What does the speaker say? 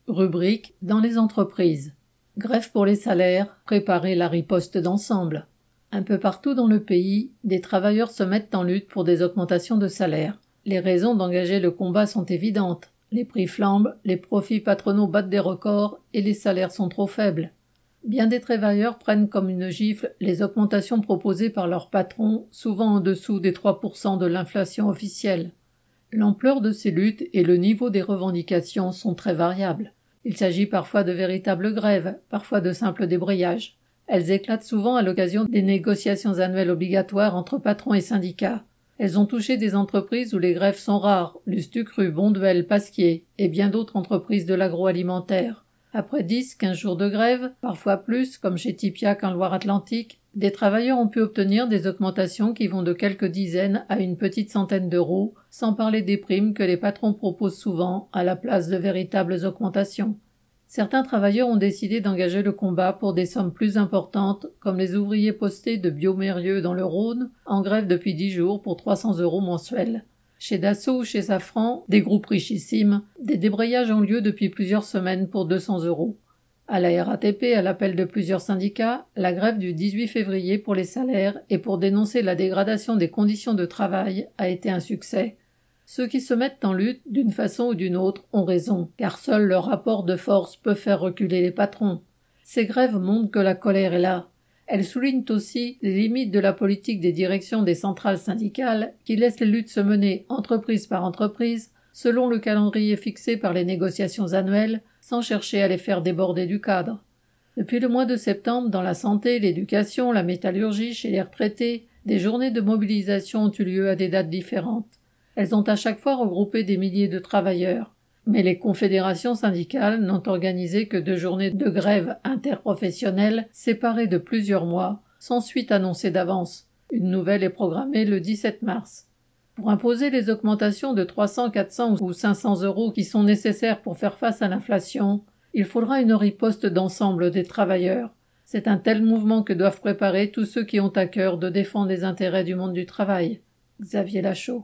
Rubrique dans les entreprises. Grève pour les salaires, préparer la riposte d'ensemble. Un peu partout dans le pays, des travailleurs se mettent en lutte pour des augmentations de salaire. Les raisons d'engager le combat sont évidentes. Les prix flambent, les profits patronaux battent des records et les salaires sont trop faibles. Bien des travailleurs prennent comme une gifle les augmentations proposées par leurs patrons, souvent en dessous des 3% de l'inflation officielle. L'ampleur de ces luttes et le niveau des revendications sont très variables. Il s'agit parfois de véritables grèves, parfois de simples débrayages. Elles éclatent souvent à l'occasion des négociations annuelles obligatoires entre patrons et syndicats. Elles ont touché des entreprises où les grèves sont rares, Lustucru, Bonduelle, Pasquier et bien d'autres entreprises de l'agroalimentaire. Après 10-15 jours de grève, parfois plus, comme chez Tipiac en Loire-Atlantique, des travailleurs ont pu obtenir des augmentations qui vont de quelques dizaines à une petite centaine d'euros, sans parler des primes que les patrons proposent souvent à la place de véritables augmentations. Certains travailleurs ont décidé d'engager le combat pour des sommes plus importantes, comme les ouvriers postés de Biomérieux dans le Rhône, en grève depuis 10 jours pour 300 euros mensuels. Chez Dassault ou chez Safran, des groupes richissimes, des débrayages ont lieu depuis plusieurs semaines pour 200 euros. À la RATP, à l'appel de plusieurs syndicats, la grève du 18 février pour les salaires et pour dénoncer la dégradation des conditions de travail a été un succès. Ceux qui se mettent en lutte, d'une façon ou d'une autre, ont raison, car seul leur rapport de force peut faire reculer les patrons. Ces grèves montrent que la colère est là. Elles soulignent aussi les limites de la politique des directions des centrales syndicales qui laissent les luttes se mener entreprise par entreprise, selon le calendrier fixé par les négociations annuelles, sans chercher à les faire déborder du cadre. Depuis le mois de septembre, dans la santé, l'éducation, la métallurgie, chez les retraités, des journées de mobilisation ont eu lieu à des dates différentes. Elles ont à chaque fois regroupé des milliers de travailleurs. Mais les confédérations syndicales n'ont organisé que 2 journées de grève interprofessionnelle séparées de plusieurs mois, sans suite annoncée d'avance. Une nouvelle est programmée le 17 mars. Pour imposer les augmentations de 300, 400 ou 500 euros qui sont nécessaires pour faire face à l'inflation, il faudra une riposte d'ensemble des travailleurs. C'est un tel mouvement que doivent préparer tous ceux qui ont à cœur de défendre les intérêts du monde du travail. Xavier Lachaud.